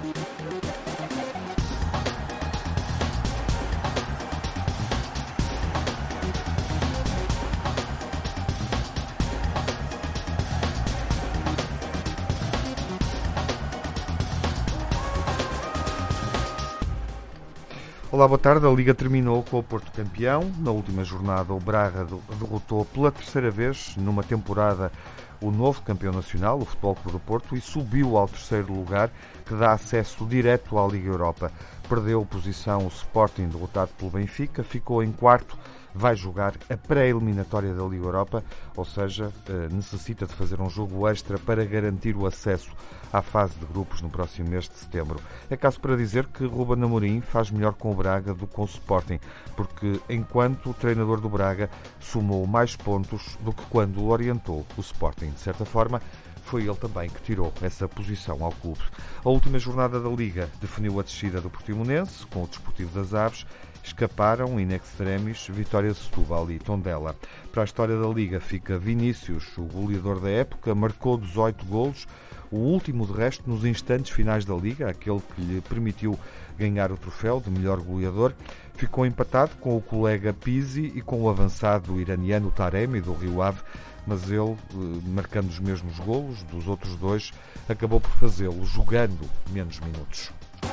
Olá, boa tarde. A Liga terminou com o Porto campeão. Na última jornada, o Braga derrotou pela terceira vez numa temporada o novo campeão nacional, o Futebol Clube do Porto, e subiu ao terceiro lugar, que dá acesso direto à Liga Europa. Perdeu posição o Sporting, derrotado pelo Benfica, ficou em quarto, vai jogar a pré-eliminatória da Liga Europa, ou seja, necessita de fazer um jogo extra para garantir o acesso à fase de grupos no próximo mês de setembro. É caso para dizer que Ruben Amorim faz melhor com o Braga do que com o Sporting, porque enquanto o treinador do Braga somou mais pontos do que quando o orientou o Sporting. De certa forma, foi ele também que tirou essa posição ao clube. A última jornada da Liga definiu a descida do Portimonense, com o Desportivo das Aves. Escaparam, in extremis, Vitória de Setúbal e Tondela. Para a história da Liga fica Vinícius, o goleador da época, marcou 18 golos, o último de resto nos instantes finais da Liga, aquele que lhe permitiu ganhar o troféu de melhor goleador. Ficou empatado com o colega Pizzi e com o avançado iraniano Taremi, do Rio Ave, mas ele, marcando os mesmos golos dos outros dois, acabou por fazê-lo jogando menos minutos.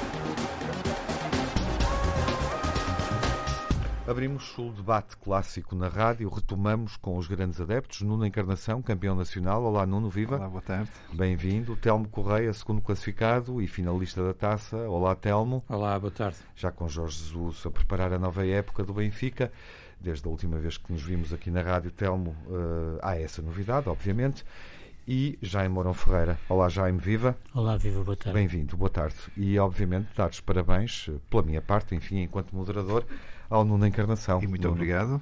Abrimos o debate clássico na rádio, retomamos com os grandes adeptos. Nuno Encarnação, campeão nacional. Olá, Nuno, viva. Olá, boa tarde. Bem-vindo. Telmo Correia, segundo classificado e finalista da taça. Olá, Telmo. Olá, boa tarde. Já com Jorge Jesus a preparar a nova época do Benfica. Desde a última vez que nos vimos aqui na rádio, Telmo, há essa novidade, obviamente. E Jaime Mourão Ferreira. Olá, Jaime, viva. Olá, viva, boa tarde. Bem-vindo, boa tarde. E, obviamente, dar-vos parabéns, pela minha parte, enfim, enquanto moderador, ao Nuno Encarnação. E muito obrigado.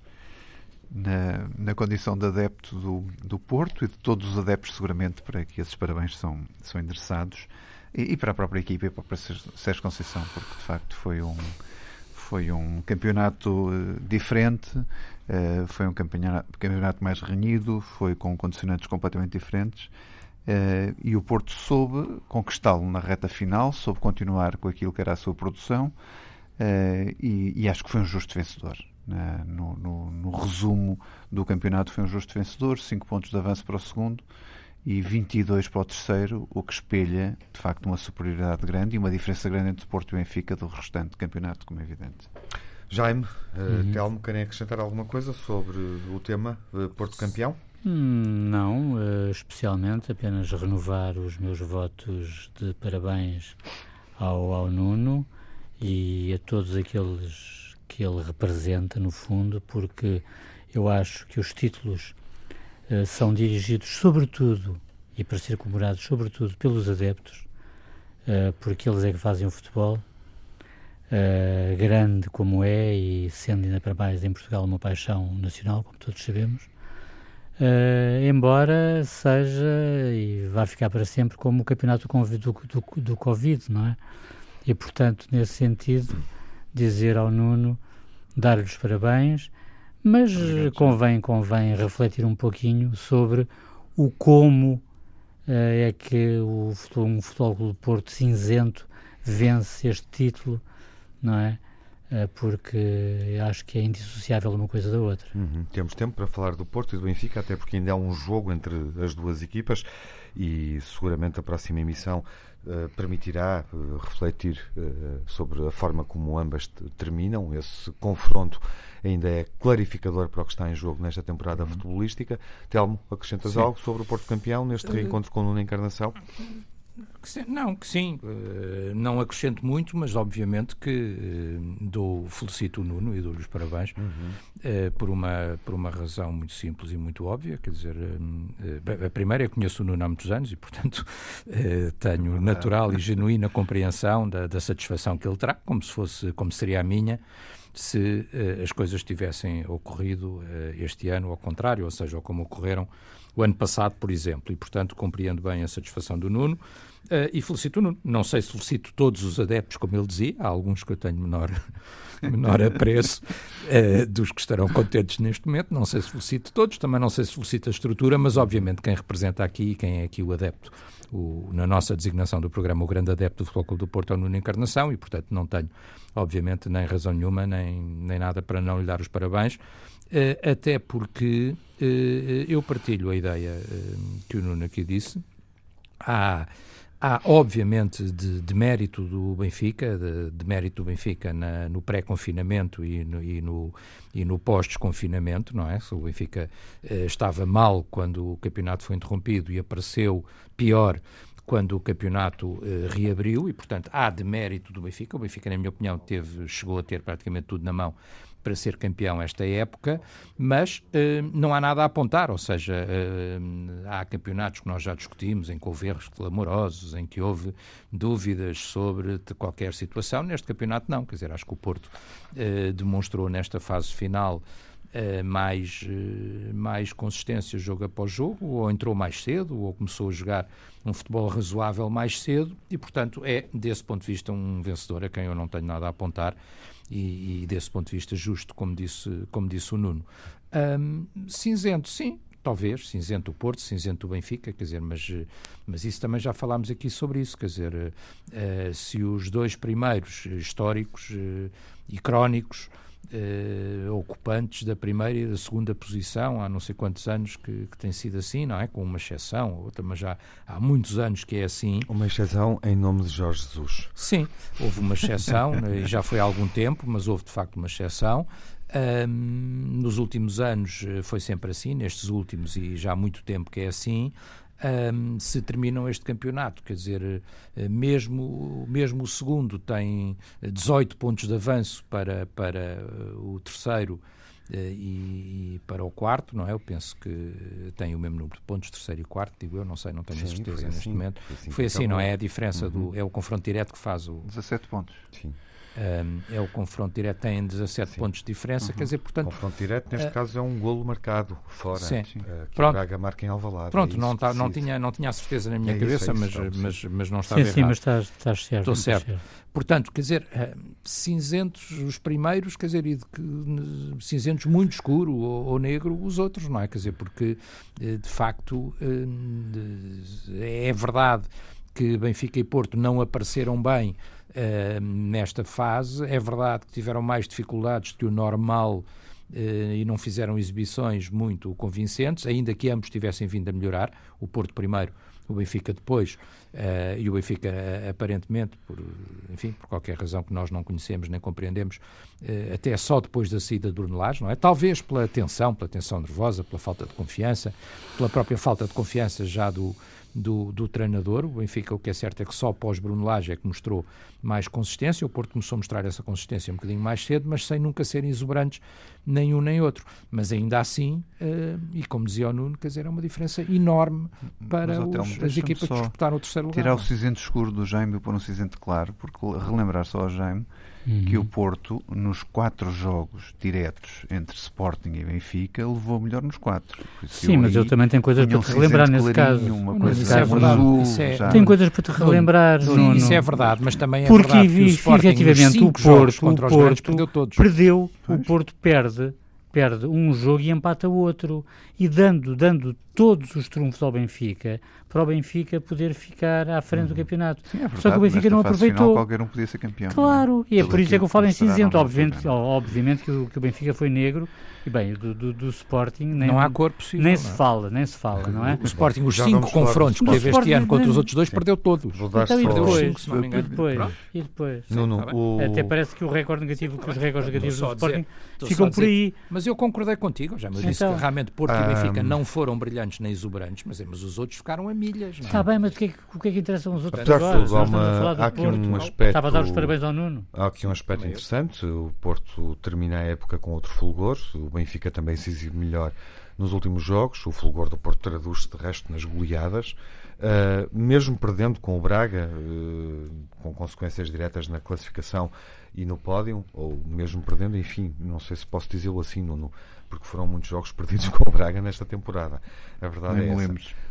Na condição de adepto do Porto e de todos os adeptos, seguramente, para que esses parabéns são endereçados. E para a própria equipa e para o Sérgio Conceição, porque, de facto, foi um campeonato diferente, foi um campeonato mais renhido, foi com condicionantes completamente diferentes, e o Porto soube conquistá-lo na reta final, soube continuar com aquilo que era a sua produção, e acho que foi um justo vencedor. No resumo do campeonato, foi um justo vencedor, 5 pontos de avanço para o segundo e 22 para o terceiro, o que espelha, de facto, uma superioridade grande e uma diferença grande entre o Porto e o Benfica do restante do campeonato, como é evidente. Jaime, Telmo, querem acrescentar alguma coisa sobre o tema Porto campeão? Não, especialmente apenas renovar os meus votos de parabéns ao Nuno e a todos aqueles que ele representa, no fundo, porque eu acho que os títulos são dirigidos sobretudo e para ser comemorados sobretudo pelos adeptos, porque eles é que fazem o futebol grande como é, e sendo ainda para mais em Portugal uma paixão nacional, como todos sabemos, embora seja e vá ficar para sempre como o campeonato do Covid, não é? E portanto, nesse sentido, dizer ao Nuno, dar-lhe os parabéns, mas convém refletir um pouquinho sobre o como é que um Futebol Clube do Porto cinzento vence este título, não é? Porque acho que é indissociável uma coisa da outra. Temos tempo para falar do Porto e do Benfica, até porque ainda há um jogo entre as duas equipas e seguramente a próxima emissão permitirá refletir sobre a forma como ambas terminam. Esse confronto ainda é clarificador para o que está em jogo nesta temporada futebolística. Telmo, acrescentas algo sobre o Porto campeão neste reencontro com o Nuno Encarnação? Não acrescento muito, mas obviamente que felicito o Nuno e dou-lhe os parabéns por uma razão muito simples e muito óbvia. Quer dizer, a primeira é que conheço o Nuno há muitos anos e, portanto, tenho natural e genuína compreensão da satisfação que ele terá, como seria a minha, se as coisas tivessem ocorrido este ano ao contrário, ou seja, como ocorreram o ano passado, por exemplo, e, portanto, compreendo bem a satisfação do Nuno. e felicito o Nuno. Não sei se felicito todos os adeptos, como ele dizia, há alguns que eu tenho menor apreço dos que estarão contentes neste momento, não sei se felicito todos, também não sei se felicito a estrutura, mas obviamente quem representa aqui, quem é aqui o adepto, na nossa designação do programa, o grande adepto do Futebol Clube do Porto é o Nuno Encarnação, e portanto não tenho, obviamente, nem razão nenhuma, nem nada para não lhe dar os parabéns, até porque eu partilho a ideia que o Nuno aqui disse. Há obviamente, de mérito do Benfica, de mérito do Benfica no pré-confinamento e no pós-desconfinamento, não é? O Benfica estava mal quando o campeonato foi interrompido e apareceu pior quando o campeonato reabriu, e, portanto, há de mérito do Benfica. O Benfica, na minha opinião, chegou a ter praticamente tudo na mão para ser campeão esta época, mas não há nada a apontar, ou seja, há campeonatos que nós já discutimos, em que houve erros clamorosos, em que houve dúvidas sobre qualquer situação. Neste campeonato não, quer dizer, acho que o Porto demonstrou nesta fase final mais consistência jogo após jogo, ou entrou mais cedo, ou começou a jogar um futebol razoável mais cedo, e portanto é, desse ponto de vista, um vencedor a quem eu não tenho nada a apontar, e desse ponto de vista justo, como disse o Nuno. Cinzento, sim, talvez, cinzento o Porto, cinzento o Benfica, quer dizer, mas isso também já falámos aqui sobre isso, quer dizer, se os dois primeiros históricos e crónicos ocupantes da primeira e da segunda posição, há não sei quantos anos que tem sido assim, não é? Com uma exceção, outra, mas já há muitos anos que é assim. Uma exceção em nome de Jorge Jesus. Sim, houve uma exceção, e já foi há algum tempo, mas houve de facto uma exceção. Nos últimos anos foi sempre assim, nestes últimos, e já há muito tempo que é assim. Se terminam este campeonato, quer dizer, mesmo o segundo tem 18 pontos de avanço para o terceiro e para o quarto, não é? Eu penso que tem o mesmo número de pontos, terceiro e quarto, digo eu, não sei, não tenho a certeza neste momento. Foi assim, não é? A diferença é o confronto direto que faz o... 17 pontos. Sim. É o confronto direto, tem 17 pontos de diferença, quer dizer, portanto... O confronto direto, neste caso, é um golo marcado fora, sim. Que o Braga marca em Alvalade. Pronto, não tinha a certeza na minha cabeça, mas não estava errado. Sim, mas estás certo. Estou certo. Portanto, quer dizer, cinzentos os primeiros, quer dizer, e cinzentos muito escuro ou negro os outros, não é? Quer dizer, porque, de facto, é verdade que Benfica e Porto não apareceram bem nesta fase. É verdade que tiveram mais dificuldades que o normal e não fizeram exibições muito convincentes, ainda que ambos tivessem vindo a melhorar, o Porto primeiro, o Benfica depois, e o Benfica aparentemente, por qualquer razão que nós não conhecemos nem compreendemos, até só depois da saída de Bruno Lage, não é? Talvez pela tensão nervosa, pela falta de confiança, pela própria falta de confiança já do treinador. O Benfica, o que é certo é que só pós Bruno Lage é que mostrou mais consistência. O Porto começou a mostrar essa consistência um bocadinho mais cedo, mas sem nunca serem exuberantes nem um nem outro. Mas ainda assim, e como dizia o Nuno, quer dizer, é uma diferença enorme para as equipas que disputaram o terceiro lugar. Tirar o cinzento escuro do Jaime e pôr um cinzento claro, porque relembrar só ao Jaime que o Porto, nos 4 jogos diretos entre Sporting e Benfica, levou melhor nos 4. Sim, mas eu também tenho coisas para te relembrar nesse caso. Uma coisa isso é verdade. Azul, tem coisas para te relembrar. Isso é verdade, mas também é porque verdade que o Sporting, efetivamente, o Porto perde um jogo e empata o outro, e dando todos os trunfos ao Benfica, para o Benfica poder ficar à frente do campeonato. Sim, é verdade, só que o Benfica não aproveitou. Final, qualquer um podia ser campeão. Claro, e é por isso que eu falo em cinzento. Obviamente que o Benfica foi negro, e bem, do Sporting não há cor possível. Nem se fala, não é? O Sporting, os 5 confrontos que teve este ano contra os outros dois, perdeu todos. E depois? Até parece que os recordes negativos do Sporting ficam por aí. Mas eu concordei contigo, já me disse que realmente Porto e Benfica não foram brilhantes nem exuberantes, mas os outros ficaram a milhas. Está bem, mas o que é que interessam os outros agora? Há aqui um aspecto... Estava a dar os parabéns ao Nuno. Há aqui um aspecto interessante. O Porto termina a época com outro fulgor. O Benfica também se exibe melhor nos últimos jogos. O fulgor do Porto traduz-se de resto nas goleadas. Mesmo perdendo com o Braga, com consequências diretas na classificação e no pódio, ou mesmo perdendo, enfim, não sei se posso dizê-lo assim, Nuno, porque foram muitos jogos perdidos com o Braga nesta temporada. A verdade é essa.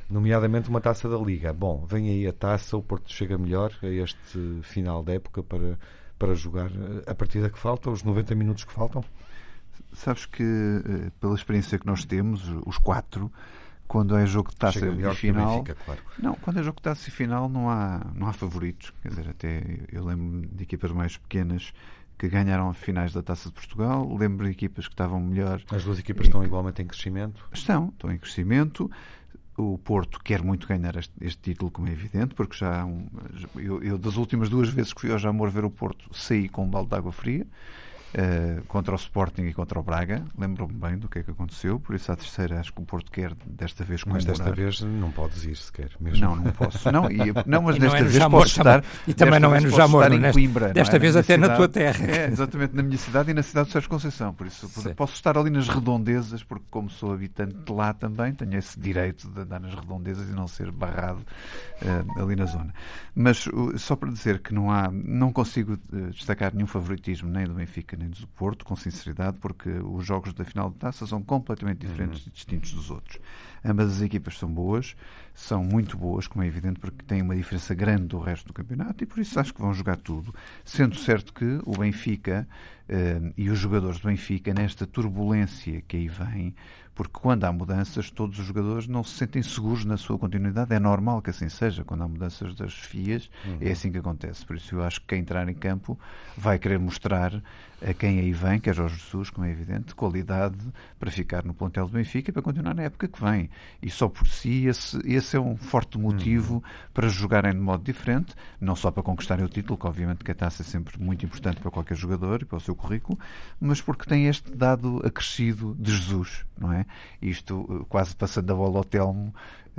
nomeadamente uma taça da Liga. Bom, vem aí a taça, o Porto chega melhor a este final da época para jogar a partida que falta, os 90 minutos que faltam? Sabes que, pela experiência que nós temos, os 4, quando é jogo de taça e final, Benfica, claro. Não, quando é jogo de taça e final não há favoritos. Quer dizer, até eu lembro de equipas mais pequenas que ganharam finais da Taça de Portugal, lembro de equipas que estavam melhor. As duas equipas estão igualmente em crescimento? Estão em crescimento. O Porto quer muito ganhar este título, como é evidente, porque eu das últimas 2 vezes que fui ao Jamor ver o Porto, saí com um balde de água fria. Contra o Sporting e contra o Braga, lembro-me bem do que é que aconteceu, por isso à terceira acho que o Porto quer desta vez comemorar. Mas desta vez não podes ir sequer mesmo. Não posso. Mas desta é vez posso estar. E também não é no Jamor, em Coimbra. Desta vez até na tua terra. Exatamente, na minha cidade e na cidade de Sérgio Conceição, por isso posso estar ali nas redondezas, porque como sou habitante de lá também, tenho esse direito de andar nas redondezas e não ser barrado ali na zona. Mas só para dizer que não consigo destacar nenhum favoritismo nem do Benfica nem do Porto, com sinceridade, porque os jogos da final de taça são completamente diferentes e distintos dos outros. Ambas as equipas são boas, são muito boas, como é evidente, porque têm uma diferença grande do resto do campeonato e por isso acho que vão jogar tudo. Sendo certo que o Benfica e os jogadores do Benfica, nesta turbulência que aí vem, porque quando há mudanças, todos os jogadores não se sentem seguros na sua continuidade. É normal que assim seja. Quando há mudanças das FIAs, é assim que acontece. Por isso eu acho que quem entrar em campo vai querer mostrar a quem aí vem, que é Jorge Jesus, como é evidente, qualidade para ficar no plantel do Benfica e para continuar na época que vem. E só por si esse é um forte motivo para jogarem de modo diferente, não só para conquistarem o título, que obviamente que a taça é sempre muito importante para qualquer jogador e para o seu currículo, mas porque tem este dado acrescido de Jesus, não é? Isto quase passando a bola ao Telmo,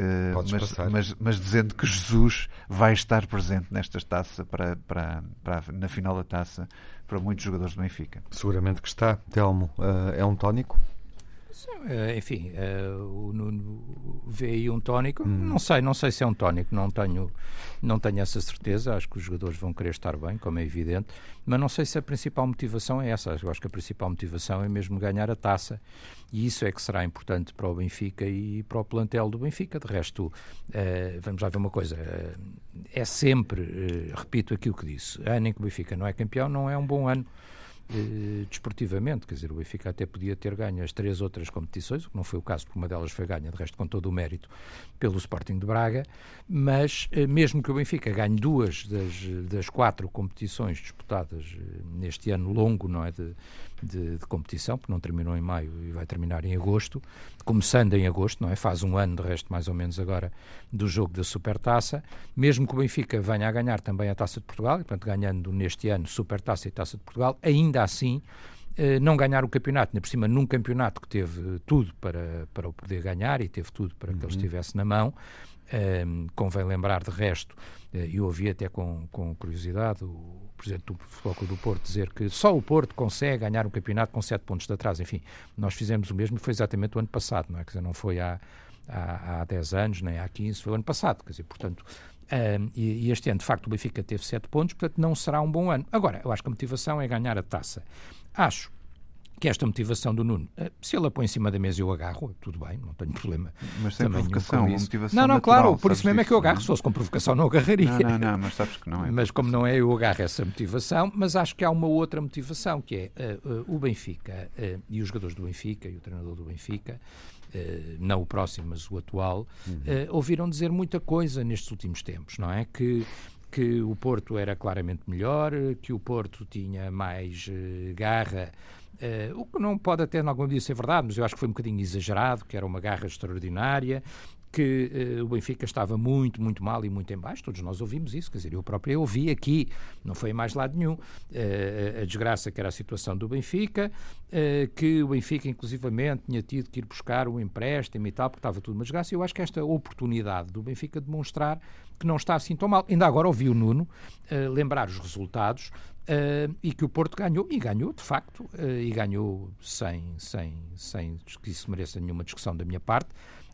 mas dizendo que Jesus vai estar presente nesta taça na final da taça para muitos jogadores do Benfica. Seguramente que está. Telmo, é um tónico? Enfim, o Nuno vê aí um tónico. Não sei se é um tónico, não tenho essa certeza. Acho que os jogadores vão querer estar bem, como é evidente, mas não sei se a principal motivação é essa. Eu acho que a principal motivação é mesmo ganhar a taça, e isso é que será importante para o Benfica e para o plantel do Benfica. De resto, vamos lá ver uma coisa, é sempre, repito aquilo que disse, ano em que o Benfica não é campeão, não é um bom ano desportivamente. Quer dizer, o Benfica até podia ter ganho as 3 outras competições, o que não foi o caso, porque uma delas foi ganha, de resto com todo o mérito, pelo Sporting de Braga, mas mesmo que o Benfica ganhe 2 das 4 competições disputadas neste ano longo, não é, de competição, porque não terminou em maio e vai terminar em agosto, começando em agosto, não é? Faz um ano, de resto, mais ou menos agora, do jogo da Supertaça. Mesmo que o Benfica venha a ganhar também a Taça de Portugal, e portanto ganhando neste ano Supertaça e Taça de Portugal, ainda assim não ganhar o campeonato, ainda por cima num campeonato que teve tudo para o poder ganhar e teve tudo para que ele estivesse na mão. Convém lembrar, de resto, eu ouvi até com curiosidade o presidente do Futebol Clube do Porto dizer que só o Porto consegue ganhar um campeonato com 7 pontos de atraso. Enfim, nós fizemos o mesmo e foi exatamente o ano passado, não é? Quer dizer, não foi há 10 anos, nem há 15, foi o ano passado. Quer dizer, portanto, e este ano, de facto, o Benfica teve 7 pontos, portanto, não será um bom ano. Agora, eu acho que a motivação é ganhar a taça. Acho que esta motivação do Nuno, se ele a põe em cima da mesa eu agarro, tudo bem, não tenho problema. Mas sem provocação, uma motivação não, natural, claro, por isso mesmo é que eu agarro. Se fosse com provocação não agarraria. Não, mas sabes que não é. Mas como não é, eu agarro essa motivação, mas acho que há uma outra motivação, que é o Benfica e os jogadores do Benfica e o treinador do Benfica, não o próximo, mas o atual, ouviram dizer muita coisa nestes últimos tempos, não é? Que o Porto era claramente melhor, que o Porto tinha mais garra, o que não pode até em algum dia ser verdade, mas eu acho que foi um bocadinho exagerado, que era uma garra extraordinária, que o Benfica estava muito, muito mal e muito em baixo. Todos nós ouvimos isso, quer dizer, eu próprio ouvi aqui, não foi em mais lado nenhum, a desgraça que era a situação do Benfica, que o Benfica inclusivamente tinha tido que ir buscar um empréstimo e tal, porque estava tudo uma desgraça. Eu acho que esta oportunidade do Benfica demonstrar que não está assim tão mal. Ainda agora ouvi o Nuno lembrar os resultados e que o Porto ganhou, e ganhou de facto, e ganhou sem que isso mereça nenhuma discussão da minha parte.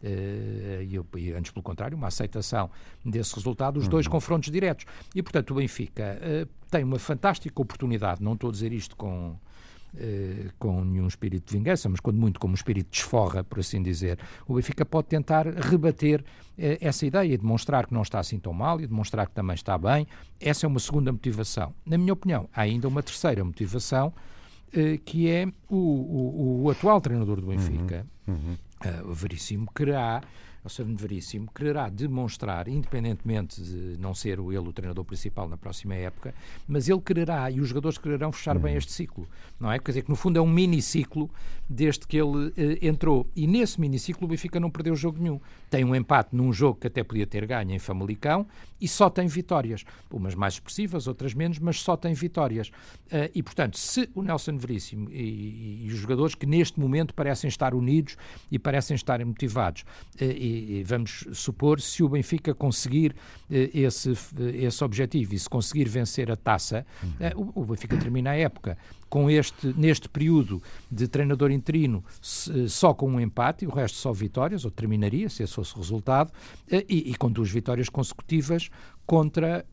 E antes pelo contrário, uma aceitação desse resultado, os 2 confrontos diretos. E portanto o Benfica tem uma fantástica oportunidade, não estou a dizer isto com com nenhum espírito de vingança, mas quando muito como um espírito de desforra, por assim dizer, o Benfica pode tentar rebater essa ideia e demonstrar que não está assim tão mal e demonstrar que também está bem. Essa é uma segunda motivação. Na minha opinião, há ainda uma terceira motivação, que é o atual treinador do Benfica, o Veríssimo, o Sr. Veríssimo, quererá demonstrar, independentemente de não ser ele o treinador principal na próxima época, mas ele quererá, e os jogadores quererão fechar bem este ciclo, não é? Quer dizer que no fundo é um mini-ciclo desde que ele entrou, e nesse mini-ciclo o Benfica não perdeu jogo nenhum. Tem um empate num jogo que até podia ter ganho em Famalicão e só tem vitórias, umas mais expressivas, outras menos, mas só tem vitórias. E portanto, se o Nelson Veríssimo e os jogadores que neste momento parecem estar unidos e parecem estar motivados, e vamos supor, se o Benfica conseguir esse objetivo e se conseguir vencer a taça, o Benfica termina a época neste período de treinador interino só com um empate e o resto só vitórias, ou terminaria, se esse fosse o resultado, e com 2 vitórias consecutivas contra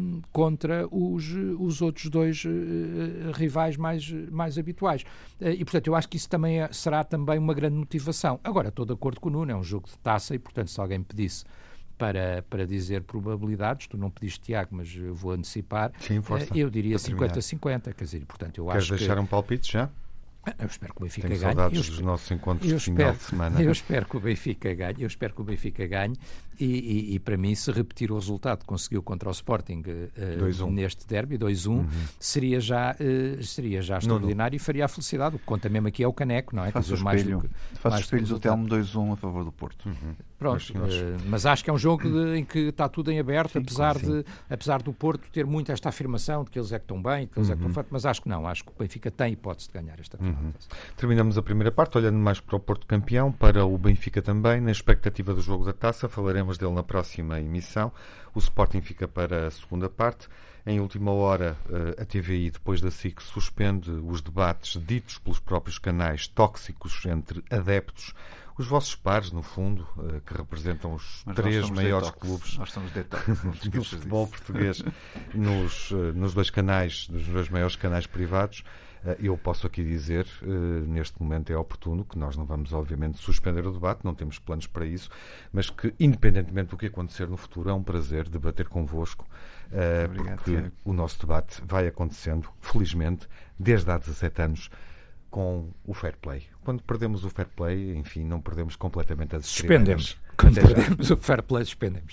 os outros 2 rivais mais habituais. E, portanto, eu acho que isso também será também uma grande motivação. Agora, estou de acordo com o Nuno, é um jogo de taça e, portanto, se alguém me pedisse para dizer probabilidades, tu não pediste, Tiago, mas eu vou antecipar. Sim, força, eu diria 50-50, quer dizer, portanto, eu Queres acho que... deixar um palpite já? Eu espero que o Benfica Tenho ganhe. saudades dos nossos encontros de final de semana. Eu espero que o Benfica ganhe. E para mim, se repetir o resultado que conseguiu contra o Sporting neste derby, 2-1, seria já extraordinário e faria a felicidade. O que conta mesmo aqui é o caneco, não é? Faço o espelho do Telmo 2-1 a favor do Porto. Pronto, mas acho que é um jogo em que está tudo em aberto, apesar do Porto ter muito esta afirmação de que eles é que estão bem, que eles é que estão fortes, mas acho que não. Acho que o Benfica tem hipótese de ganhar esta final. Terminamos a primeira parte olhando mais para o Porto campeão, para o Benfica também, na expectativa do jogo da taça. Falaremos dele na próxima emissão. O Sporting fica para a segunda parte. Em última hora, a TVI, depois da SIC, suspende os debates ditos pelos próprios canais tóxicos entre adeptos, os vossos pares, no fundo, que representam os 3 maiores clubes do futebol português nos 2 canais, nos 2 maiores canais privados. Eu posso aqui dizer, neste momento é oportuno, que nós não vamos, obviamente, suspender o debate, não temos planos para isso, mas que, independentemente do que acontecer no futuro, é um prazer debater convosco, porque o nosso debate vai acontecendo, felizmente, desde há 17 anos, com o fair play. Quando perdemos o fair play, enfim, não perdemos completamente as estribelas. Suspendemos. Quando perdemos o fair play, suspendemos.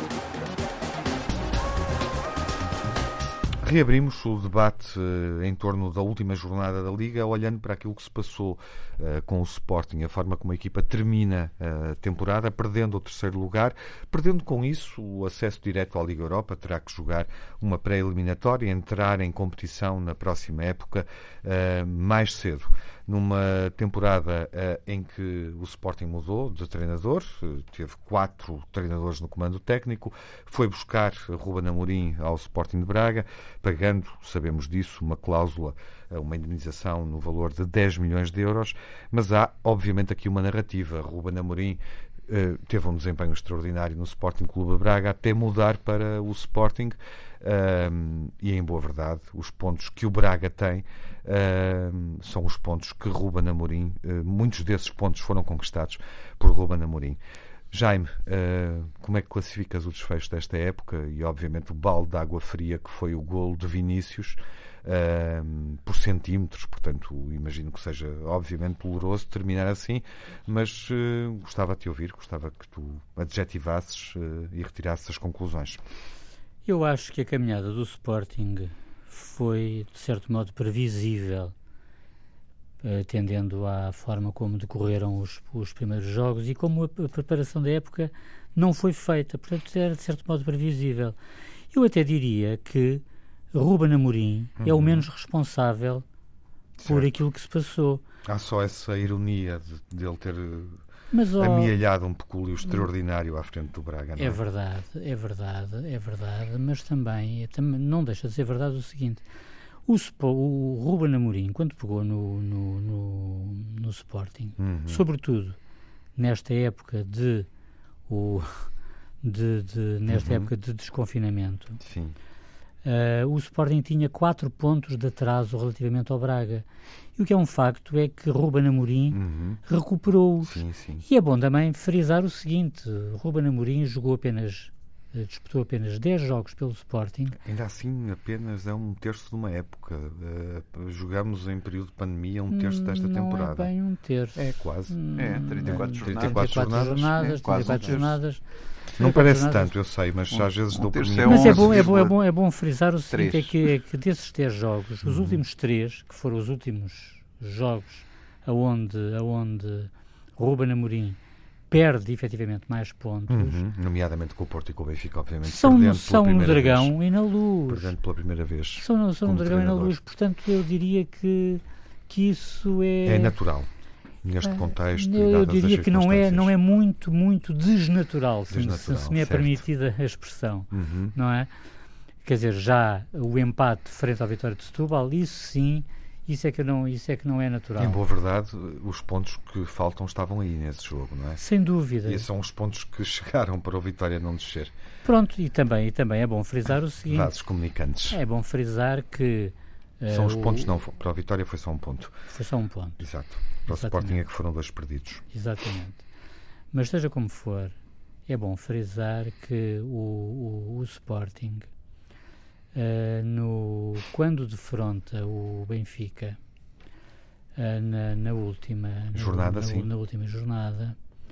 Reabrimos o debate em torno da última jornada da Liga, olhando para aquilo que se passou com o Sporting, a forma como a equipa termina a temporada, perdendo o 3º lugar, perdendo com isso o acesso direto à Liga Europa, terá que jogar uma pré-eliminatória, entrar em competição na próxima época mais cedo. Numa temporada em que o Sporting mudou de treinador, teve 4 treinadores no comando técnico, foi buscar Ruben Amorim ao Sporting de Braga, pagando, sabemos disso, uma cláusula, uma indemnização no valor de 10 milhões de euros, mas há, obviamente, aqui uma narrativa. Ruben Amorim teve um desempenho extraordinário no Sporting Clube de Braga até mudar para o Sporting, e em boa verdade os pontos que o Braga tem são os pontos que Ruben Amorim, muitos desses pontos foram conquistados por Ruben Amorim. Jaime, como é que classificas o desfecho desta época e obviamente o balde de água fria que foi o golo de Vinícius, por centímetros, portanto imagino que seja obviamente doloroso terminar assim, mas gostava de te ouvir, gostava que tu adjetivasses e retirasses as conclusões. Eu acho que a caminhada do Sporting foi, de certo modo, previsível, atendendo à forma como decorreram os primeiros jogos e como a preparação da época não foi feita. Portanto, era, de certo modo, previsível. Eu até diria que Ruben Amorim é o menos responsável por aquilo que se passou. Há só essa ironia de ele ter amealhado um pecúlio extraordinário à frente do Braga, não é? É verdade, mas também não deixa de ser verdade o seguinte: o Ruben Amorim, quando pegou no Sporting, sobretudo nesta época época de desconfinamento, sim, o Sporting tinha 4 pontos de atraso relativamente ao Braga. E o que é um facto é que Ruben Amorim recuperou-os. E é bom também frisar o seguinte: Ruben Amorim disputou apenas 10 jogos pelo Sporting. Ainda assim, apenas é um terço de uma época. Jogamos em período de pandemia um terço desta temporada. Não é bem um terço. É quase. 34 jornadas. Não parece tanto, eu sei, mas às vezes dou por mim. Mas é bom frisar o seguinte: é que desses 10 jogos, os últimos 3, que foram os últimos jogos aonde Ruben Amorim perde efetivamente mais pontos, nomeadamente com o Porto e com o Benfica, obviamente. São no Dragão e na Luz. Perdendo pela primeira vez. São no Dragão e na Luz. Portanto, eu diria que isso é... É natural. Neste contexto, eu diria que não é muito desnatural, se me é permitida a expressão, não é? Quer dizer, já o empate frente à Vitória de Setúbal, isso sim, isso é que não é natural. Em boa verdade, os pontos que faltam estavam aí nesse jogo, não é? Sem dúvida. E são os pontos que chegaram para o Vitória não descer. Pronto, e também é bom frisar o seguinte... Vasos comunicantes. É bom frisar que... São os pontos, não, para a Vitória foi só um ponto. Foi só um ponto. Exato. Para o Sporting é que foram 2 perdidos. Exatamente. Mas seja como for, é bom frisar que o Sporting, quando defronta o Benfica, na última jornada,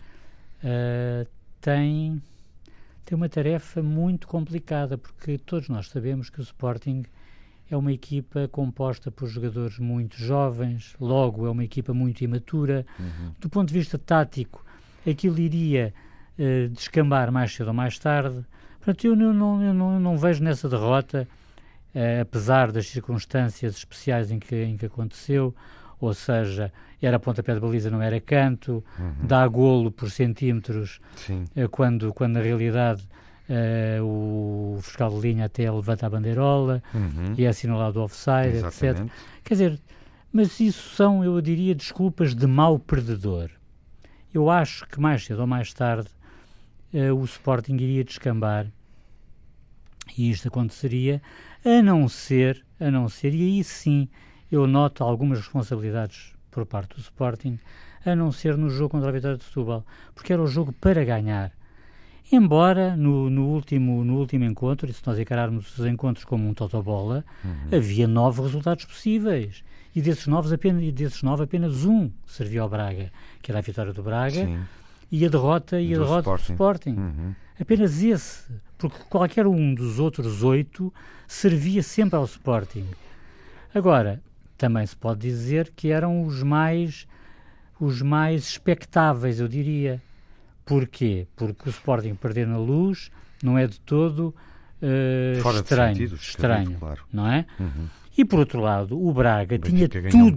tem uma tarefa muito complicada, porque todos nós sabemos que o Sporting é uma equipa composta por jogadores muito jovens, logo é uma equipa muito imatura. Do ponto de vista tático, aquilo iria descambar mais cedo ou mais tarde. Portanto, eu não vejo nessa derrota, apesar das circunstâncias especiais em que aconteceu, ou seja, era pontapé de baliza, não era canto, dá golo por centímetros, quando na realidade... o fiscal de linha até levanta a bandeirola e é assinalado o offside, etc. Quer dizer, mas isso são, eu diria, desculpas de mau perdedor. Eu acho que mais cedo ou mais tarde o Sporting iria descambar e isto aconteceria, a não ser, e aí sim eu noto algumas responsabilidades por parte do Sporting, a não ser no jogo contra a Vitória de Setúbal, porque era o jogo para ganhar. Embora no último encontro, e se nós encararmos os encontros como um totobola, havia 9 resultados possíveis. E desses 9 apenas um servia ao Braga, que era a vitória do Braga, e a derrota do Sporting. Apenas esse, porque qualquer um dos outros 8 servia sempre ao Sporting. Agora, também se pode dizer que eram os mais expectáveis, eu diria. Porquê? Porque o Sporting perder na Luz não é de todo estranho, claro. Não é? E por outro lado, o Braga tinha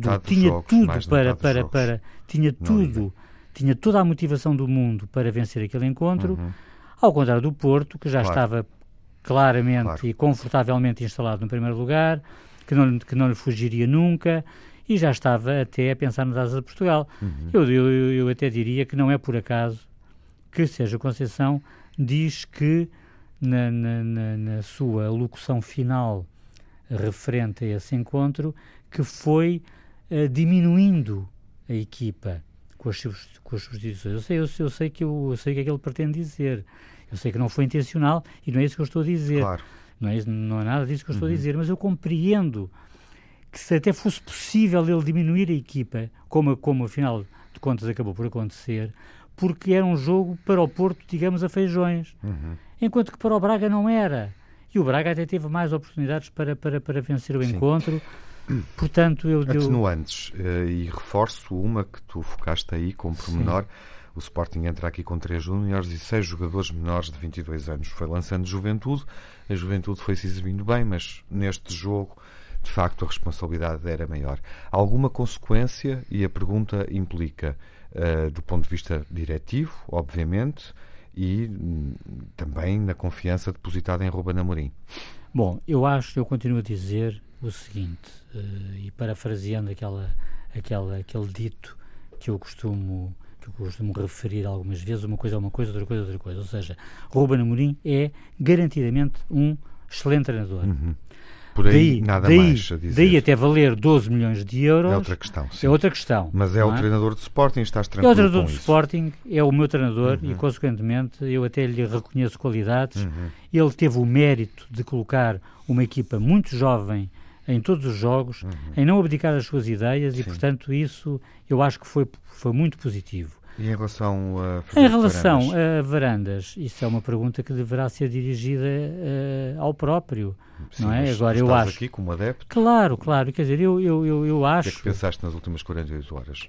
toda a motivação do mundo para vencer aquele encontro, ao contrário do Porto, que já estava claramente e confortavelmente instalado no primeiro lugar, que não lhe fugiria nunca, e já estava até a pensar nas asas de Portugal. Eu até diria que não é por acaso que Sérgio Conceição diz que na sua locução final referente a esse encontro, que foi diminuindo a equipa com as substituições. Eu sei o que é que ele pretende dizer. Eu sei que não foi intencional e não é isso que eu estou a dizer. Claro. Não é nada disso que eu estou a dizer, mas eu compreendo que se até fosse possível ele diminuir a equipa, como afinal de contas acabou por acontecer, porque era um jogo para o Porto, digamos, a feijões. Enquanto que para o Braga não era. E o Braga até teve mais oportunidades para vencer o encontro. Portanto, Atenuantes. E reforço uma que tu focaste aí com pormenor. O Sporting entra aqui com 3 júniores e 6 jogadores menores de 22 anos. Foi lançando Juventude. A Juventude foi se exibindo bem, mas neste jogo, de facto, a responsabilidade era maior. Alguma consequência? E a pergunta implica... do ponto de vista diretivo, obviamente, e também na confiança depositada em Ruben Amorim. Bom, eu continuo a dizer o seguinte, e parafraseando aquele dito que eu costumo referir algumas vezes: uma coisa é uma coisa, outra coisa é outra coisa. Ou seja, Ruben Amorim é garantidamente um excelente treinador. Por aí, nada mais a dizer. Daí até valer 12 milhões de euros. É outra questão, sim. É outra questão. Mas é o treinador de Sporting, estás tranquilo É o treinador com do isso? Sporting, é o meu treinador e, consequentemente, eu até lhe reconheço qualidades. Ele teve o mérito de colocar uma equipa muito jovem em todos os jogos, em não abdicar das suas ideias e, portanto, isso eu acho que foi muito positivo. E em relação a Varandas, isso é uma pergunta que deverá ser dirigida ao próprio, sim, não é? Mas agora, eu estás acho... aqui como adepto? Claro, quer dizer, eu acho... O que é que pensaste nas últimas 48 horas?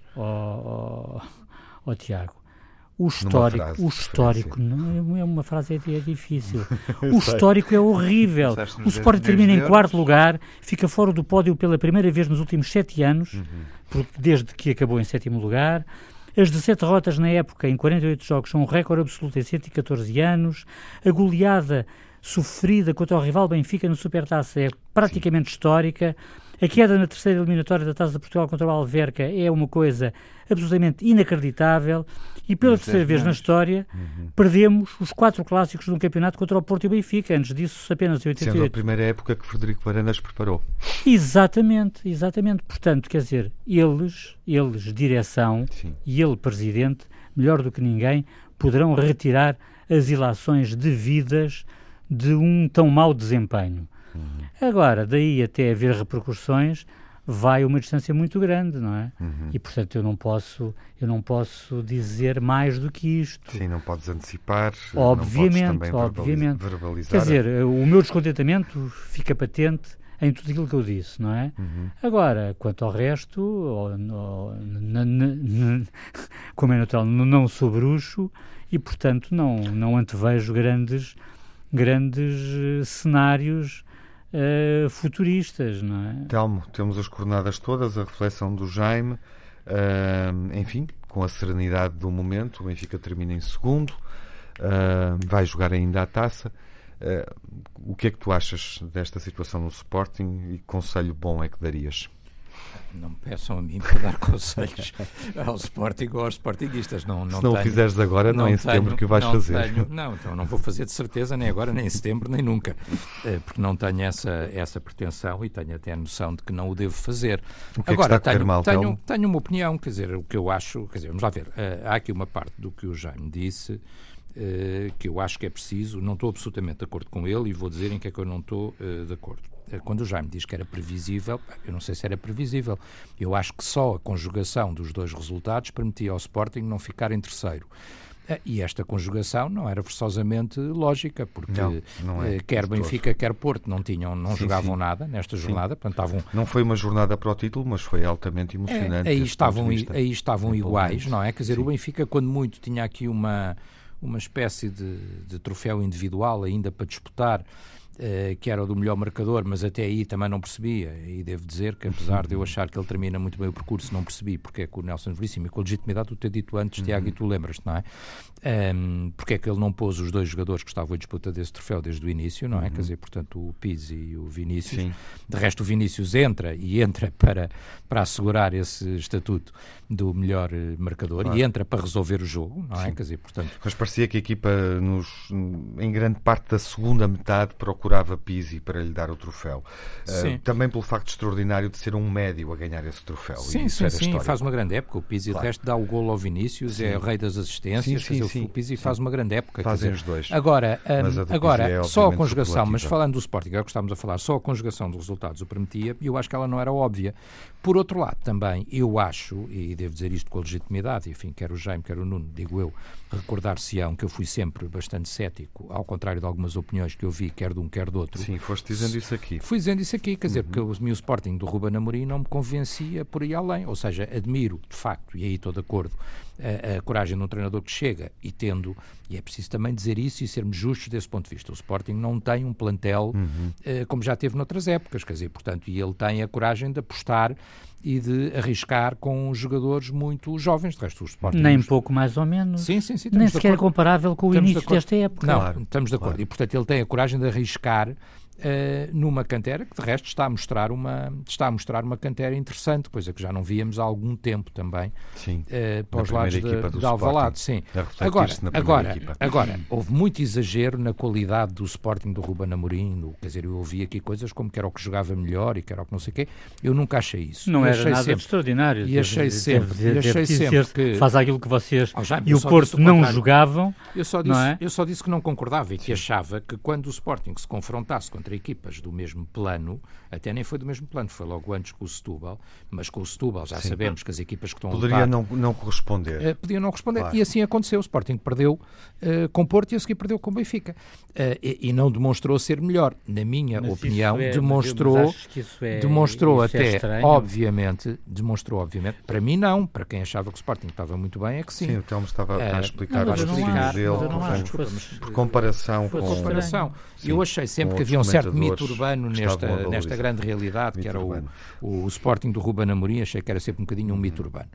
Tiago, o histórico não é uma frase é difícil. O histórico é horrível. O Sporting termina em quarto lugar, fica fora do pódio pela primeira vez nos últimos 7 anos, desde que acabou em 7º lugar. As 17 derrotas na época, em 48 jogos, são um recorde absoluto em 114 anos. A goleada sofrida contra o rival Benfica no Supertaça é praticamente histórica. A queda na terceira eliminatória da Taça de Portugal contra o Alverca é uma coisa absolutamente inacreditável. E pela terceira vez na história, perdemos os 4 clássicos de um campeonato contra o Porto e o Benfica. Antes disso, apenas em 88. Sendo a primeira época que Frederico Varandas preparou. Exatamente. Portanto, quer dizer, eles direção, e ele, presidente, melhor do que ninguém, poderão retirar as ilações devidas de um tão mau desempenho. Agora, daí até haver repercussões, vai uma distância muito grande, não é? E, portanto, eu não posso dizer mais do que isto. Sim, não podes antecipar, obviamente, não podes também verbalizar. Quer dizer, o meu descontentamento fica patente em tudo aquilo que eu disse, não é? Agora, quanto ao resto, como é natural, não sou bruxo e, portanto, não antevejo grandes cenários futuristas, não é? Telmo, temos as coordenadas todas, a reflexão do Jaime, enfim, com a serenidade do momento, o Benfica termina em segundo, vai jogar ainda a taça. O que é que tu achas desta situação no Sporting e que conselho bom é que darias? Não me peçam a mim para dar conselhos ao Sporting ou aos sportinguistas. Se não o fizeres agora, não é em setembro que o vais fazer. Então não vou fazer de certeza, nem agora, nem em setembro, nem nunca. Porque não tenho essa pretensão e tenho até a noção de que não o devo fazer. O que agora, é que está a correr mal, tenho uma opinião, quer dizer, o que eu acho... Quer dizer, vamos lá ver, há aqui uma parte do que o Jaime disse que eu acho que é preciso, não estou absolutamente de acordo com ele e vou dizer em que é que eu não estou de acordo. Quando o Jaime diz que era previsível, eu não sei se era previsível. Eu acho que só a conjugação dos 2 resultados permitia ao Sporting não ficar em terceiro. E esta conjugação não era forçosamente lógica, porque não é, quer Benfica, quer Porto não jogavam nada nesta jornada. Portanto, não foi uma jornada para o título, mas foi altamente emocionante. Aí estavam iguais, não é? Quer dizer, o Benfica, quando muito, tinha aqui uma espécie de troféu individual ainda para disputar, que era o do melhor marcador, mas até aí também não percebia, e devo dizer que apesar de eu achar que ele termina muito bem o percurso, não percebi porque é que o Nelson Veríssimo, e com a legitimidade tu ter dito antes, Tiago, e tu lembras-te, não é? Porque é que ele não pôs os 2 jogadores que estavam em disputa desse troféu desde o início, não é? Quer dizer, portanto, o Pizzi e o Vinícius. Sim. De resto, o Vinícius entra para assegurar esse estatuto do melhor marcador, claro. E entra para resolver o jogo, não é? Sim. Quer dizer, portanto... Mas parecia que a equipa, em grande parte da segunda metade, procurava Pizzi para lhe dar o troféu. Também pelo facto extraordinário de ser um médio a ganhar esse troféu. Sim, faz uma grande época. O Pizzi, claro. De resto, dá o golo ao Vinícius, é o rei das assistências. O Pizzi faz uma grande época. Fazem os 2. Agora só a conjugação, mas falando do Sporting, é o que estávamos a falar, só a conjugação dos resultados o permitia, e eu acho que ela não era óbvia. Por outro lado, também, eu acho, e devo dizer isto com a legitimidade, enfim, quer o Jaime, quer o Nuno, digo eu, recordar-se-ão que eu fui sempre bastante cético, ao contrário de algumas opiniões que eu vi, quer de um, quer do outro. Sim, foste dizendo isso aqui. Fui dizendo isso aqui, quer dizer, porque o meu Sporting do Ruben Amorim não me convencia por aí além, ou seja, admiro, de facto, e aí estou de acordo, a coragem de um treinador que chega e tendo, e é preciso também dizer isso e sermos justos desse ponto de vista, o Sporting não tem um plantel como já teve noutras épocas, quer dizer, portanto, e ele tem a coragem de apostar e de arriscar com jogadores muito jovens, de resto o Sporting... Nem pouco mais ou menos. Sim. Nem sequer é comparável com o início desta época. Não, estamos de acordo. E, portanto, ele tem a coragem de arriscar numa cantera que de resto está a mostrar uma cantera interessante, coisa que já não víamos há algum tempo também. Sim, para os lados de Alvalade. Sim. Agora, houve muito exagero na qualidade do Sporting do Ruben Amorim, quer dizer, eu ouvi aqui coisas como que era o que jogava melhor e que era o que não sei o quê. Eu nunca achei isso. Não era nada extraordinário. E achei sempre que faz aquilo que vocês e o Porto não jogavam. Eu só disse que não concordava e que achava que quando o Sporting se confrontasse contra equipas do mesmo plano, até nem foi do mesmo plano, foi logo antes com o Setúbal, mas com o Setúbal já sabemos que as equipas que estão a lutar... Poderia não corresponder. Podia não corresponder, claro. E assim aconteceu. O Sporting perdeu com o Porto e a seguir perdeu com o Benfica. E não demonstrou ser melhor. Na minha opinião, demonstrou até, obviamente, para mim não, para quem achava que o Sporting estava muito bem, é que sim. Sim, o Telmo estava a explicar os motivos dele, por comparação com... Eu achei sempre que havia um certo mito urbano nesta grande realidade, que era o Sporting do Ruben Amorim, achei que era sempre um bocadinho um mito urbano.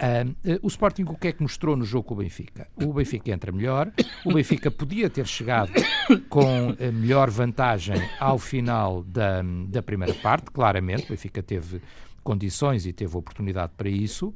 O Sporting o que é que mostrou no jogo com o Benfica? O Benfica entra melhor, o Benfica podia ter chegado com melhor vantagem ao final da primeira parte, claramente, o Benfica teve condições e teve oportunidade para isso,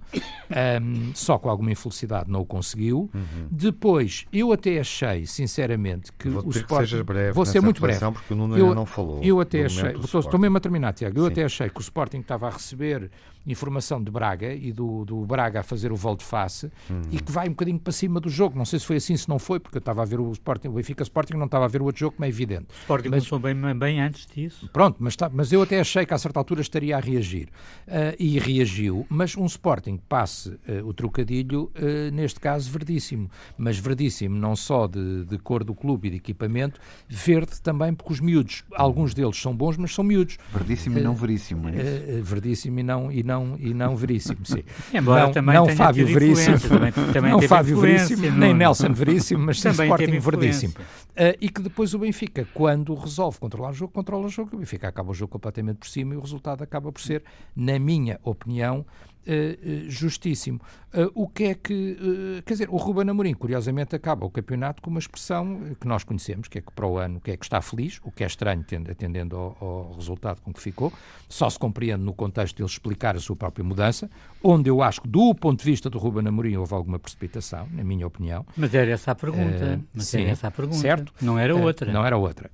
só com alguma infelicidade não o conseguiu. Depois, eu até achei, sinceramente, que o Sporting... Vou ser muito breve. Porque o Nuno ainda não falou. Eu até achei... Estou mesmo a terminar, Tiago. Eu até achei que o Sporting estava a receber informação de Braga e do Braga a fazer o volte-face e que vai um bocadinho para cima do jogo. Não sei se foi assim, se não foi, porque eu estava a ver o Sporting, o Benfica Sporting, não estava a ver o outro jogo, como é evidente. O Sporting começou bem antes disso. Pronto, mas eu até achei que a certa altura estaria a reagir. E reagiu, mas um Sporting passe o trocadilho, neste caso verdíssimo, mas verdíssimo não só de cor do clube e de equipamento, verde também, porque os miúdos, alguns deles são bons, mas são miúdos. Verdíssimo e não veríssimo, é isso? Verdíssimo e não veríssimo, sim. Embora também não tenha Fábio Veríssimo, também não Fábio Veríssimo, nem Nelson Veríssimo, mas sim também Sporting verdíssimo. E que depois o Benfica, quando resolve controla o jogo, o Benfica acaba o jogo completamente por cima e o resultado acaba por ser, na minha opinião, justíssimo. O que é que... quer dizer, o Ruben Amorim, curiosamente, acaba o campeonato com uma expressão que nós conhecemos, que é que para o ano, que é que está feliz, o que é estranho, atendendo ao resultado com que ficou. Só se compreende no contexto de ele explicar a sua própria mudança, onde eu acho que, do ponto de vista do Ruben Amorim, houve alguma precipitação, na minha opinião. Mas era essa a pergunta. Certo. Não era outra. Não era outra.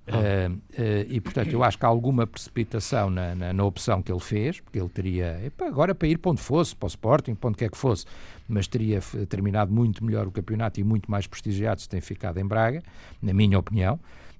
E, portanto, eu acho que há alguma precipitação na opção que ele fez, porque ele teria, agora para ir para onde fosse, para o Sporting, para onde quer que fosse, mas teria terminado muito melhor o campeonato e muito mais prestigiado se tem ficado em Braga, na minha opinião.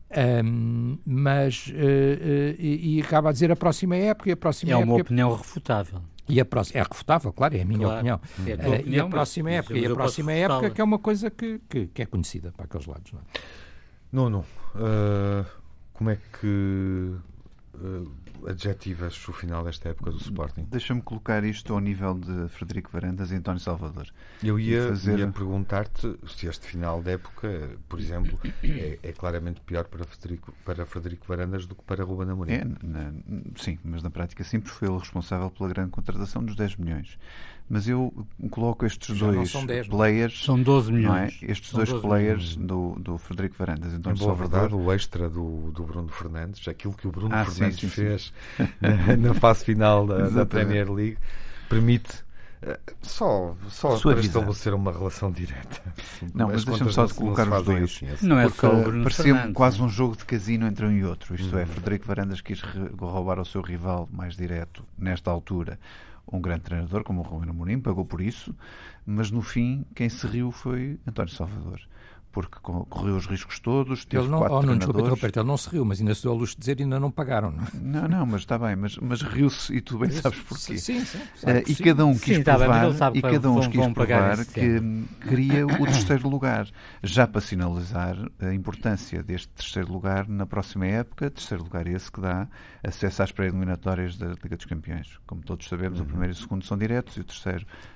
E acaba a dizer a próxima época e a próxima época... É uma opinião refutável. É refutável, claro, é a minha opinião. E a próxima época que é uma coisa que é conhecida para aqueles lados. Não é? Nuno, como é que adjetivas o final desta época do Sporting? Deixa-me colocar isto ao nível de Frederico Varandas e António Salvador. Eu ia perguntar-te se este final da época, por exemplo, é claramente pior para Frederico Varandas do que para Ruben Amorim. Sim, mas na prática sim, porque foi ele responsável pela grande contratação dos 10 milhões. Mas eu coloco estes dois players... São 12 milhões. Não é? Estes dois players do Frederico Varandas e António Salvador. Verdade, o extra do Bruno Fernandes, aquilo que o Bruno Fernandes fez na fase final da Premier League, permite só para estabelecer uma relação direta. Não, mas deixa-me só de colocar os dois. Não é só o Bruno parecia quase um jogo de casino entre um e outro. Isto é, Frederico Varandas quis roubar ao seu rival mais direto, nesta altura, um grande treinador como o Ruben Amorim, pagou por isso, mas no fim quem se riu foi António Salvador, porque correu os riscos todos, teve quatro treinadores. Ele não se riu, mas ainda se deu a luz de dizer ainda não pagaram. Não, mas está bem, mas riu-se e tu bem sabes porquê. Sim. E cada um quis provar que queria o terceiro lugar, já para sinalizar a importância deste terceiro lugar na próxima época, terceiro lugar esse que dá acesso às pré-eliminatórias da Liga dos Campeões. Como todos sabemos, o primeiro e o segundo são diretos e o terceiro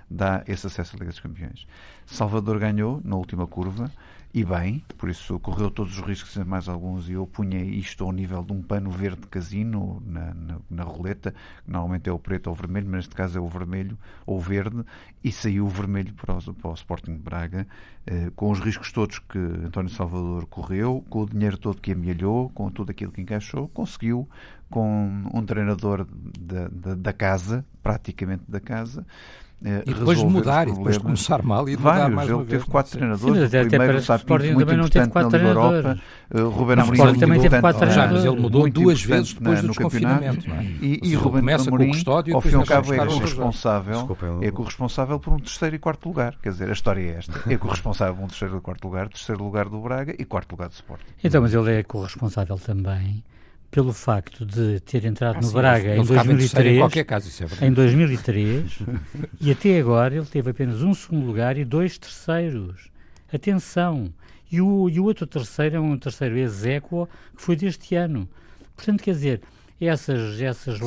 dá esse acesso à Liga dos Campeões. Salvador ganhou na última curva, e bem, por isso correu todos os riscos e mais alguns, e eu punha isto ao nível de um pano verde de casino na roleta, que normalmente é o preto ou o vermelho, mas neste caso é o vermelho ou o verde, e saiu o vermelho para o Sporting de Braga, com os riscos todos que António Salvador correu, com o dinheiro todo que amealhou, com tudo aquilo que encaixou, conseguiu, com um treinador da casa, praticamente da casa, e depois de mudar, e depois de começar mal e de mudar mais uma vez. Ele teve 4 treinadores. Sim, o primeiro, o Sporting também não teve 4 treinadores. Ruben Amorim também teve 4 treinadores. Mas ele mudou 2 vezes depois do desconfinamento. E Ruben Amorim, ao fim e ao cabo, é corresponsável por um 3º e 4º lugar. Quer dizer, a história é esta. É corresponsável por um 3º e 4º lugar, 3º lugar do Braga e 4º lugar do Sporting. Então, mas ele é corresponsável também pelo facto de ter entrado no Braga em 2003, em qualquer caso, isso é verdade. em 2003 e até agora ele teve apenas um 2º lugar e 2 terceiros. Atenção! E o outro terceiro é um terceiro exéquo que foi deste ano. Portanto, quer dizer, essas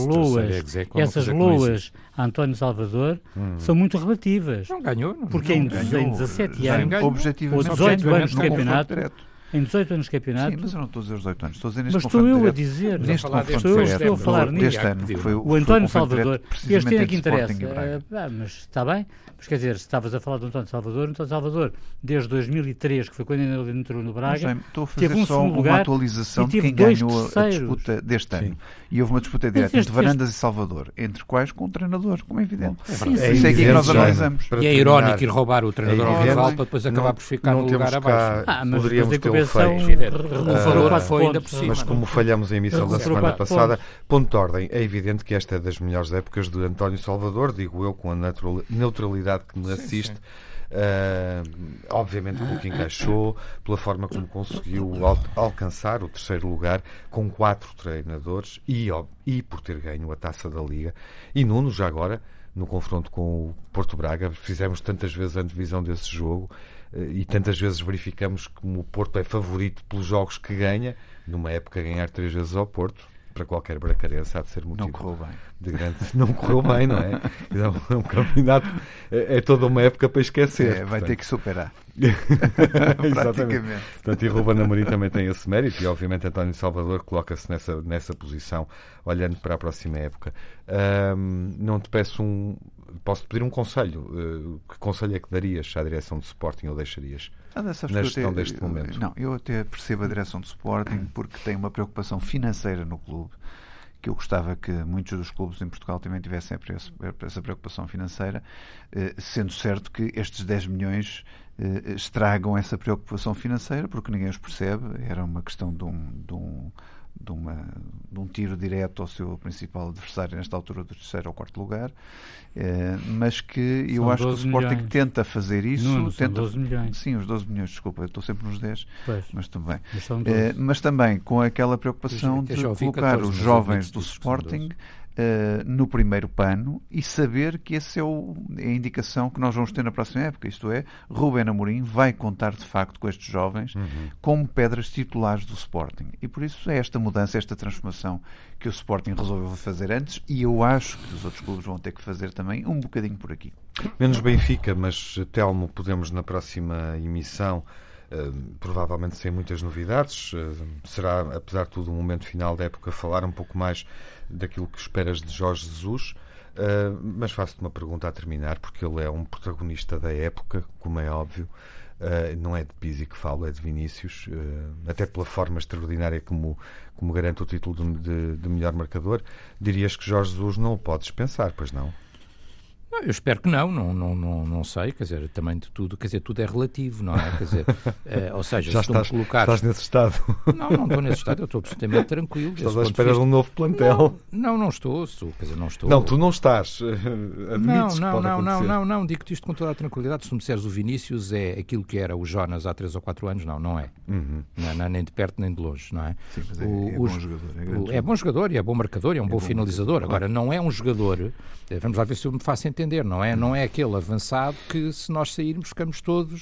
loas a António Salvador são muito relativas. Não ganhou. Porque em 17 anos, ou 18 anos de campeonato... Em 18 anos de campeonato... Sim, mas eu não estou a dizer os 18 anos. Estou a dizer neste mas estou eu a dizer. Neste estou a falar nisto. Deste ano. O António Salvador. Este ano é que interessa. Mas está bem. Mas quer dizer, se estavas a falar do António Salvador, desde 2003, que foi quando ele entrou no Braga, estou a fazer só uma atualização de quem ganhou a disputa deste ano. E houve uma disputa direta entre Varandas e Salvador, entre quais com o treinador, como é evidente. Isso é que nós analisamos. E é irónico ir roubar o treinador ao rival para depois acabar por ficar no lugar abaixo. Poderíamos tê-lo feito. O valor foi ainda por cima. Mas como falhamos a emissão da semana passada, ponto de ordem, é evidente que esta é das melhores épocas de António Salvador, digo eu, com a neutralidade que me assiste. Obviamente pelo que encaixou, pela forma como conseguiu alcançar o 3º lugar com 4 treinadores e por ter ganho a Taça da Liga. E Nuno, já agora, no confronto com o Porto Braga, fizemos tantas vezes a antevisão desse jogo e tantas vezes verificamos como o Porto é favorito pelos jogos que ganha. Numa época, ganhar 3 vezes ao Porto, para qualquer bracarense, há de ser motivo. Não correu bem. Não correu bem, não é? É um campeonato, é toda uma época para esquecer. Vai ter que superar. Praticamente. Portanto, e Ruben Amorim também tem esse mérito, e obviamente António Salvador coloca-se nessa posição, olhando para a próxima época. Não te peço posso-te pedir um conselho. Que conselho é que darias à direção do Sporting ou deixarias na gestão deste momento? Não, eu até percebo a direção do Sporting porque tem uma preocupação financeira no clube, que eu gostava que muitos dos clubes em Portugal também tivessem essa preocupação financeira, sendo certo que estes 10 milhões estragam essa preocupação financeira porque ninguém os percebe. Era uma questão de um tiro direto ao seu principal adversário nesta altura do 3º ou 4º lugar, mas que eu acho que o Sporting tenta fazer isso. São 12 milhões. Sim, os 12 milhões, desculpa, eu estou sempre nos 10, mas também. Mas também com aquela preocupação de colocar os jovens do Sporting no primeiro pano e saber que essa é a indicação que nós vamos ter na próxima época, isto é, Ruben Amorim vai contar de facto com estes jovens como pedras titulares do Sporting, e por isso é esta mudança, esta transformação que o Sporting resolveu fazer antes, e eu acho que os outros clubes vão ter que fazer também um bocadinho por aqui. Menos Benfica, mas Telmo, podemos na próxima emissão, provavelmente sem muitas novidades, será, apesar de tudo, um momento final da época, falar um pouco mais daquilo que esperas de Jorge Jesus, mas faço-te uma pergunta a terminar, porque ele é um protagonista da época, como é óbvio, não é de Pizzi que falo, é de Vinícius, até pela forma extraordinária como garante o título de melhor marcador. Dirias que Jorge Jesus não o pode dispensar, pois não? Eu espero que não sei, quer dizer, também de tudo, quer dizer, tudo é relativo, não é? Quer dizer, ou seja, já se estás nesse estado? Não estou nesse estado, eu estou absolutamente tranquilo. Estás à espera de um novo plantel? Não estou, quer dizer, não estou. Não, tu não estás, admites que pode acontecer. Não, digo-te isto com toda a tranquilidade. Se tu me disseres o Vinícius é aquilo que era o Jonas há 3 ou 4 anos, não é. Não, nem de perto nem de longe, não é? Sim, mas é bom jogador. É bom jogador e é bom marcador e é um bom finalizador. Agora, não é um jogador, vamos lá ver se eu me faço entender, não é aquele avançado que, se nós sairmos, ficamos todos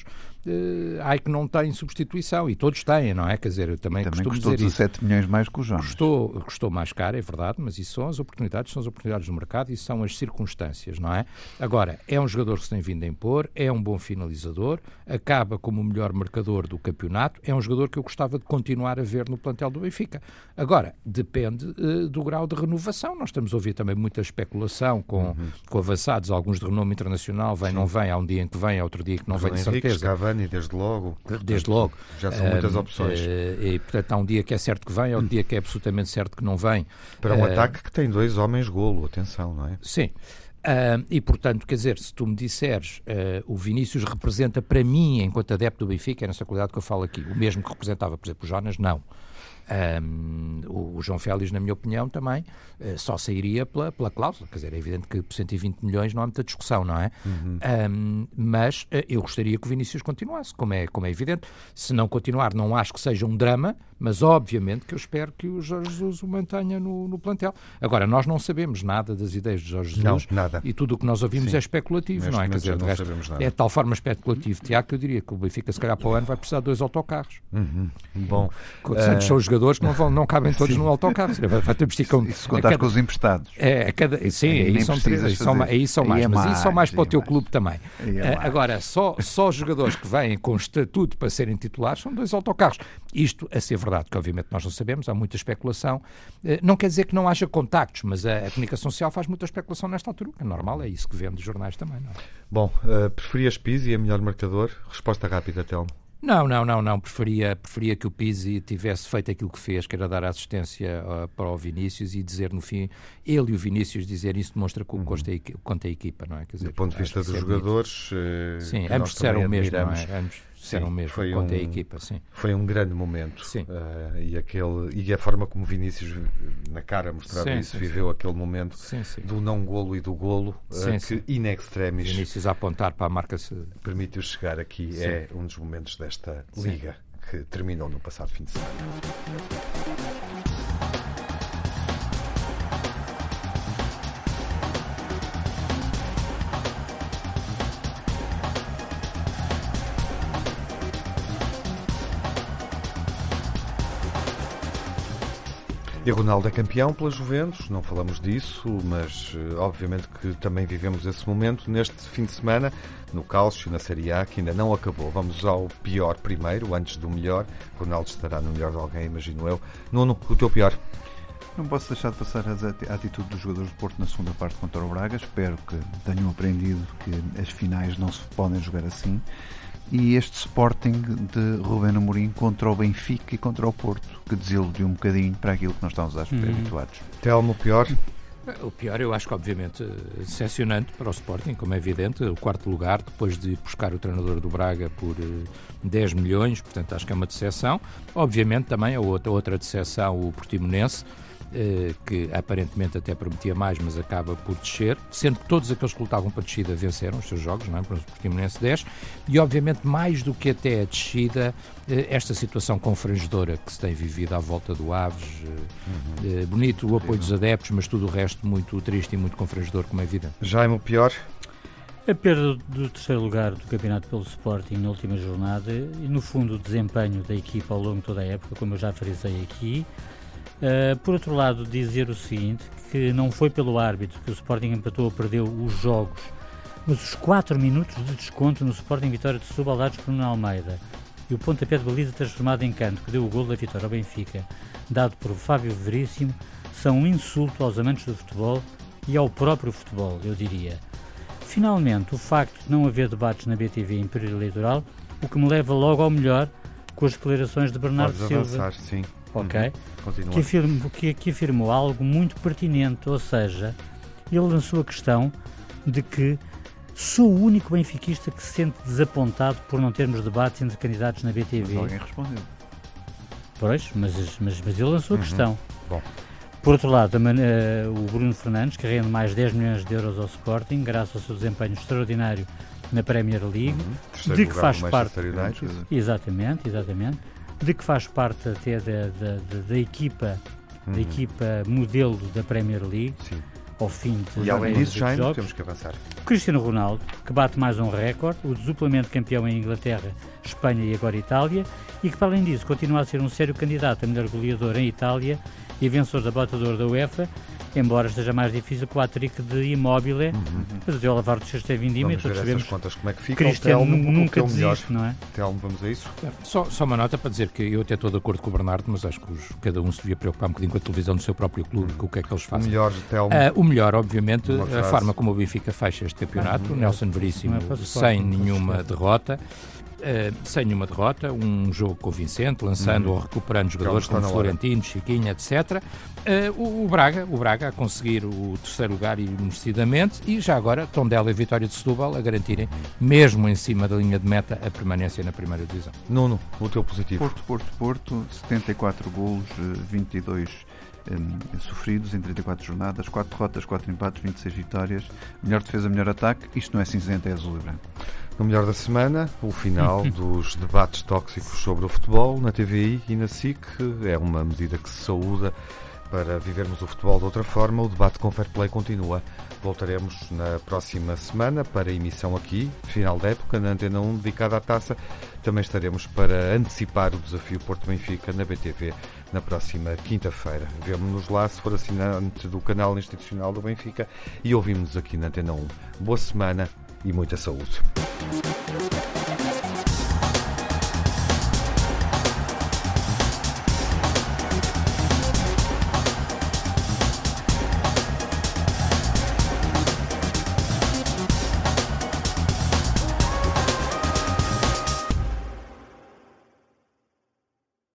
ai que não tem substituição, e todos têm, não é? Quer dizer, eu também costumo custou dizer 17 milhões mais que o Jonas. Custou mais caro, é verdade, mas isso são as oportunidades do mercado e são as circunstâncias, não é? Agora, é um jogador que se tem vindo a impor, é um bom finalizador, acaba como o melhor marcador do campeonato, é um jogador que eu gostava de continuar a ver no plantel do Benfica. Agora, depende do grau de renovação. Nós estamos a ouvir também muita especulação com avançados, alguns de renome internacional, vem, não vem, há um dia em que vem, há outro dia que não vem, de certeza. Cavani, desde logo. Já são muitas opções. E, portanto, há um dia que é certo que vem, há outro dia que é absolutamente certo que não vem. Para um ataque que tem 2 homens golo, atenção, não é? Sim. E, portanto, quer dizer, se tu me disseres o Vinícius representa para mim, enquanto adepto do Benfica, é nessa qualidade que eu falo aqui, o mesmo que representava, por exemplo, o Jonas, não. O João Félix, na minha opinião, também só sairia pela cláusula. Quer dizer, é evidente que por 120 milhões não há muita discussão, não é? Mas eu gostaria que o Vinícius continuasse, como é evidente. Se não continuar, não acho que seja um drama, mas obviamente que eu espero que o Jorge Jesus o mantenha no plantel. Agora, nós não sabemos nada das ideias de Jorge Jesus. Não, nada. E tudo o que nós ouvimos é especulativo, não é? Quer dizer, não sabemos nada. É de tal forma especulativo, Tiago, que eu diria que o Benfica, se calhar para o ano, vai precisar de 2 autocarros. Bom, são os jogadores que não cabem todos no autocarro. Vai ter se contar com os emprestados. Sim, aí são 3, aí são mais, mas isso são mais para o teu clube também. Agora, só jogadores que vêm com estatuto para serem titulares são 2 autocarros. Isto a ser verdade, que obviamente nós não sabemos, há muita especulação. Não quer dizer que não haja contactos, mas a comunicação social faz muita especulação nesta altura. É normal, é isso que vende os jornais também, não é? Bom, preferias Pizzi a melhor marcador? Resposta rápida, Telmo. Não. Preferia que o Pizzi tivesse feito aquilo que fez, que era dar assistência para o Vinícius e dizer no fim, ele e o Vinícius dizer isso demonstra quanto a equipa, não é? Quer dizer, do ponto de vista dos jogadores, sim, ambos disseram o mesmo, não é? Ambos disseram o mesmo quanto a equipa, sim. Foi um grande momento. Sim. E a forma como Vinícius na cara mostrava isso, viveu aquele momento do não golo e do golo, que in extremis Vinícius a apontar para a marca permitiu chegar aqui. É um dos momentos desta liga que terminou no passado fim de semana. E Ronaldo é campeão pela Juventus, não falamos disso, mas obviamente que também vivemos esse momento neste fim de semana, no Calcio, na Série A, que ainda não acabou. Vamos ao pior primeiro, antes do melhor. Ronaldo estará no melhor de alguém, imagino eu. Nuno, o teu pior? Não posso deixar de passar a atitude dos jogadores do Porto na segunda parte contra o Braga. Espero que tenham aprendido que as finais não se podem jogar assim. E este Sporting de Ruben Amorim contra o Benfica e contra o Porto, que desiludiu um bocadinho para aquilo que nós estamos habituados. Telmo, o pior? O pior, eu acho que obviamente decepcionante para o Sporting, como é evidente, o 4º lugar, depois de buscar o treinador do Braga por 10 milhões, portanto acho que é uma decepção. Obviamente também a outra decepção, o Portimonense, que aparentemente até prometia mais, mas acaba por descer, sendo que todos aqueles que lutavam para a descida venceram os seus jogos, não é? Para o Portimonense 10, e obviamente mais do que até a descida, esta situação confrangedora que se tem vivido à volta do Aves, bonito o apoio dos adeptos, mas tudo o resto muito triste e muito confrangedor, como é evidente. Jaime, o pior? A perda do 3º lugar do campeonato pelo Sporting na última jornada e, no fundo, o desempenho da equipa ao longo de toda a época, como eu já frisei aqui. Por outro lado, dizer o seguinte, que não foi pelo árbitro que o Sporting empatou ou perdeu os jogos, mas os 4 minutos de desconto no Sporting Vitória de Setúbal dados por Nuno Almeida e o pontapé de baliza transformado em canto que deu o golo da vitória ao Benfica, dado por Fábio Veríssimo, são um insulto aos amantes do futebol e ao próprio futebol, eu diria. Finalmente, o facto de não haver debates na BTV em período eleitoral, o que me leva logo ao melhor, com as declarações de Bernardo Silva. Avançar, sim. Ok? Que afirmou algo muito pertinente, ou seja, ele lançou a questão de que sou o único benfiquista que se sente desapontado por não termos debates entre candidatos na BTV. Mas alguém respondeu. Pois, mas ele lançou a questão. Bom. Por outro lado, o Bruno Fernandes, que rende mais 10 milhões de euros ao Sporting, graças ao seu desempenho extraordinário na Premier League, de que faz parte... Exatamente. De que faz parte até da equipa modelo da Premier League. Sim. ao fim de E além disso, já jogos. temos que avançar. Cristiano Ronaldo, que bate mais um recorde, o duplamente campeão em Inglaterra, Espanha e agora Itália, e que, para além disso, continua a ser um sério candidato a melhor goleador em Itália e vencedor da Bota de Ouro da UEFA, embora esteja mais difícil com a trick de Immobile, mas o Teo Lavar dos esteve em Dima e todos sabemos contas como é que fica. Cristiano o Telmo, nunca o melhor. desiste, não é? Telmo, vamos a isso? Só uma nota para dizer que eu até estou de acordo com o Bernardo, mas acho que cada um se devia preocupar um bocadinho com a televisão do seu próprio clube, com o que é que eles O fazem. melhor, Telmo. O melhor, obviamente, Uma a frase. forma como o Benfica fecha este campeonato, Nelson Veríssimo, Não é para sem Sporting, nenhuma derrota. Sem nenhuma derrota, um jogo convincente, lançando ou recuperando jogadores está como na hora. Florentino, Chiquinho, etc. O Braga a conseguir o terceiro lugar e merecidamente, e já agora Tondela e Vitória de Setúbal a garantirem, mesmo em cima da linha de meta, a permanência na primeira divisão. Nuno, o teu positivo. Porto, 74 golos, 22 sofridos em 34 jornadas, 4 derrotas, 4 empates, 26 vitórias, melhor defesa, melhor ataque. Isto não é cinzento, é azul e branco. No melhor da semana, o final dos debates tóxicos sobre o futebol na TVI e na SIC. É uma medida que se saúda para vivermos o futebol de outra forma. O debate com Fair Play continua. Voltaremos na próxima semana para a emissão aqui, final da época, na Antena 1, dedicada à taça. Também estaremos para antecipar o desafio Porto-Benfica na BTV na próxima quinta-feira. Vemo-nos lá se for assinante do canal institucional do Benfica e ouvimos-nos aqui na Antena 1. Boa semana e muita saúde.